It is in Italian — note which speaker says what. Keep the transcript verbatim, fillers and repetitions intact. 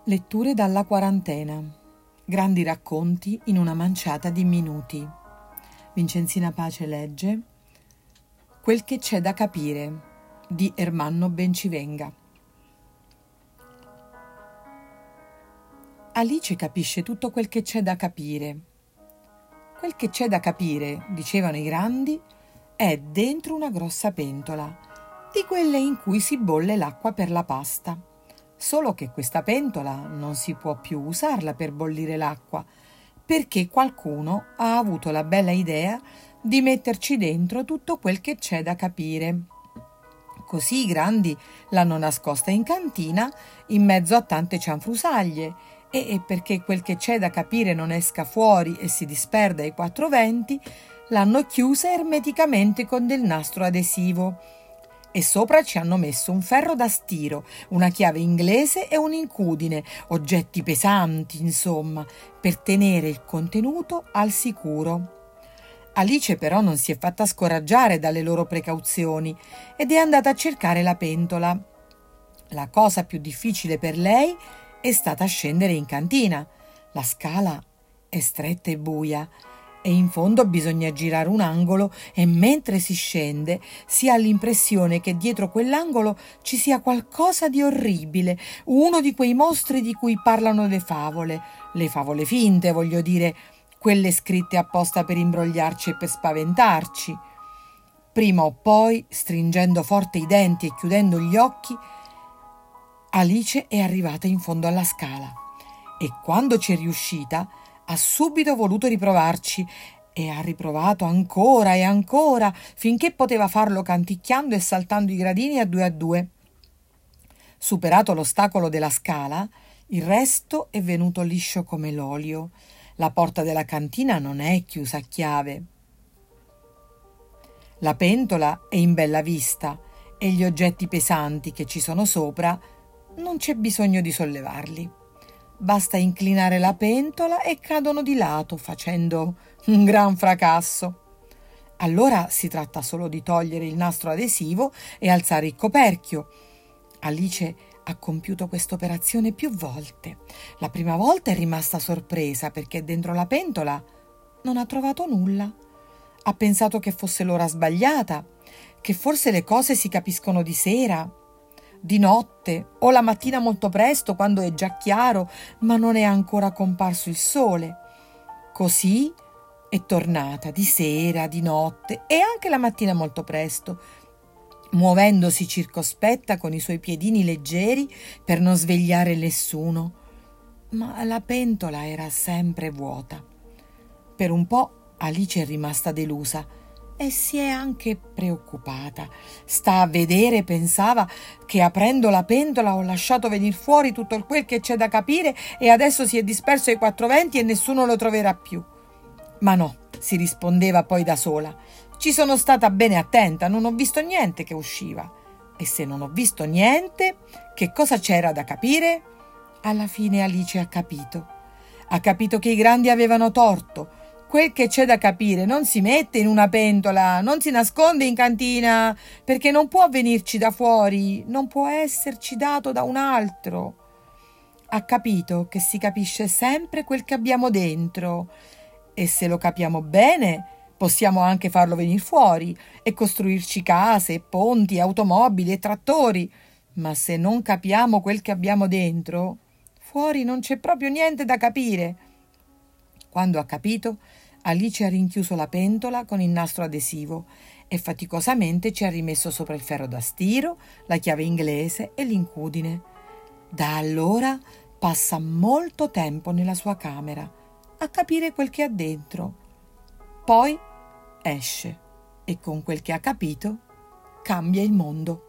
Speaker 1: Letture dalla quarantena. Grandi racconti in una manciata di minuti. Vincenzina Pace legge Quel che c'è da capire di Ermanno Bencivenga. Alice capisce tutto quel che c'è da capire. Quel che c'è da capire, dicevano i grandi, è dentro una grossa pentola, di quelle in cui si bolle l'acqua per la pasta. Solo che questa pentola non si può più usarla per bollire l'acqua, perché qualcuno ha avuto la bella idea di metterci dentro tutto quel che c'è da capire. Così i grandi l'hanno nascosta in cantina, in mezzo a tante cianfrusaglie, e perché quel che c'è da capire non esca fuori e si disperda ai quattro venti, l'hanno chiusa ermeticamente con del nastro adesivo. E sopra ci hanno messo un ferro da stiro, una chiave inglese e un'incudine, oggetti pesanti, insomma, per tenere il contenuto al sicuro. Alice però non si è fatta scoraggiare dalle loro precauzioni ed è andata a cercare la pentola. La cosa più difficile per lei è stata scendere in cantina. La scala è stretta e buia, e in fondo bisogna girare un angolo e mentre si scende si ha l'impressione che dietro quell'angolo ci sia qualcosa di orribile, uno di quei mostri di cui parlano le favole, le favole finte, voglio dire, quelle scritte apposta per imbrogliarci e per spaventarci. Prima o poi, stringendo forte i denti e chiudendo gli occhi, Alice è arrivata in fondo alla scala e quando ci è riuscita ha subito voluto riprovarci e ha riprovato ancora e ancora finché poteva farlo canticchiando e saltando i gradini a due a due. Superato l'ostacolo della scala, il resto è venuto liscio come l'olio. La porta della cantina non è chiusa a chiave. La pentola è in bella vista e gli oggetti pesanti che ci sono sopra non c'è bisogno di sollevarli. Basta inclinare la pentola e cadono di lato, facendo un gran fracasso. Allora si tratta solo di togliere il nastro adesivo e alzare il coperchio. Alice ha compiuto questa operazione più volte. La prima volta è rimasta sorpresa perché dentro la pentola non ha trovato nulla. Ha pensato che fosse l'ora sbagliata, che forse le cose si capiscono di sera, di notte o la mattina molto presto quando è già chiaro ma non è ancora comparso il sole. Così è tornata di sera, di notte e anche la mattina molto presto, muovendosi circospetta con i suoi piedini leggeri per non svegliare nessuno. Ma la pentola era sempre vuota. Per un po' Alice è rimasta delusa e si è anche preoccupata. Sta a vedere, pensava, che aprendo la pentola ho lasciato venir fuori tutto quel che c'è da capire e adesso si è disperso ai quattro venti e nessuno lo troverà più. Ma no, si rispondeva poi da sola. Ci sono stata bene attenta, non ho visto niente che usciva. E se non ho visto niente, che cosa c'era da capire? Alla fine Alice ha capito. Ha capito che i grandi avevano torto. Quel che c'è da capire non si mette in una pentola, non si nasconde in cantina, perché non può venirci da fuori, non può esserci dato da un altro. Ha capito che si capisce sempre quel che abbiamo dentro e se lo capiamo bene possiamo anche farlo venire fuori e costruirci case, ponti, automobili e trattori, ma se non capiamo quel che abbiamo dentro, fuori non c'è proprio niente da capire. Quando ha capito, Alice ha rinchiuso la pentola con il nastro adesivo e faticosamente ci ha rimesso sopra il ferro da stiro, la chiave inglese e l'incudine. Da allora passa molto tempo nella sua camera a capire quel che ha dentro. Poi esce e con quel che ha capito cambia il mondo.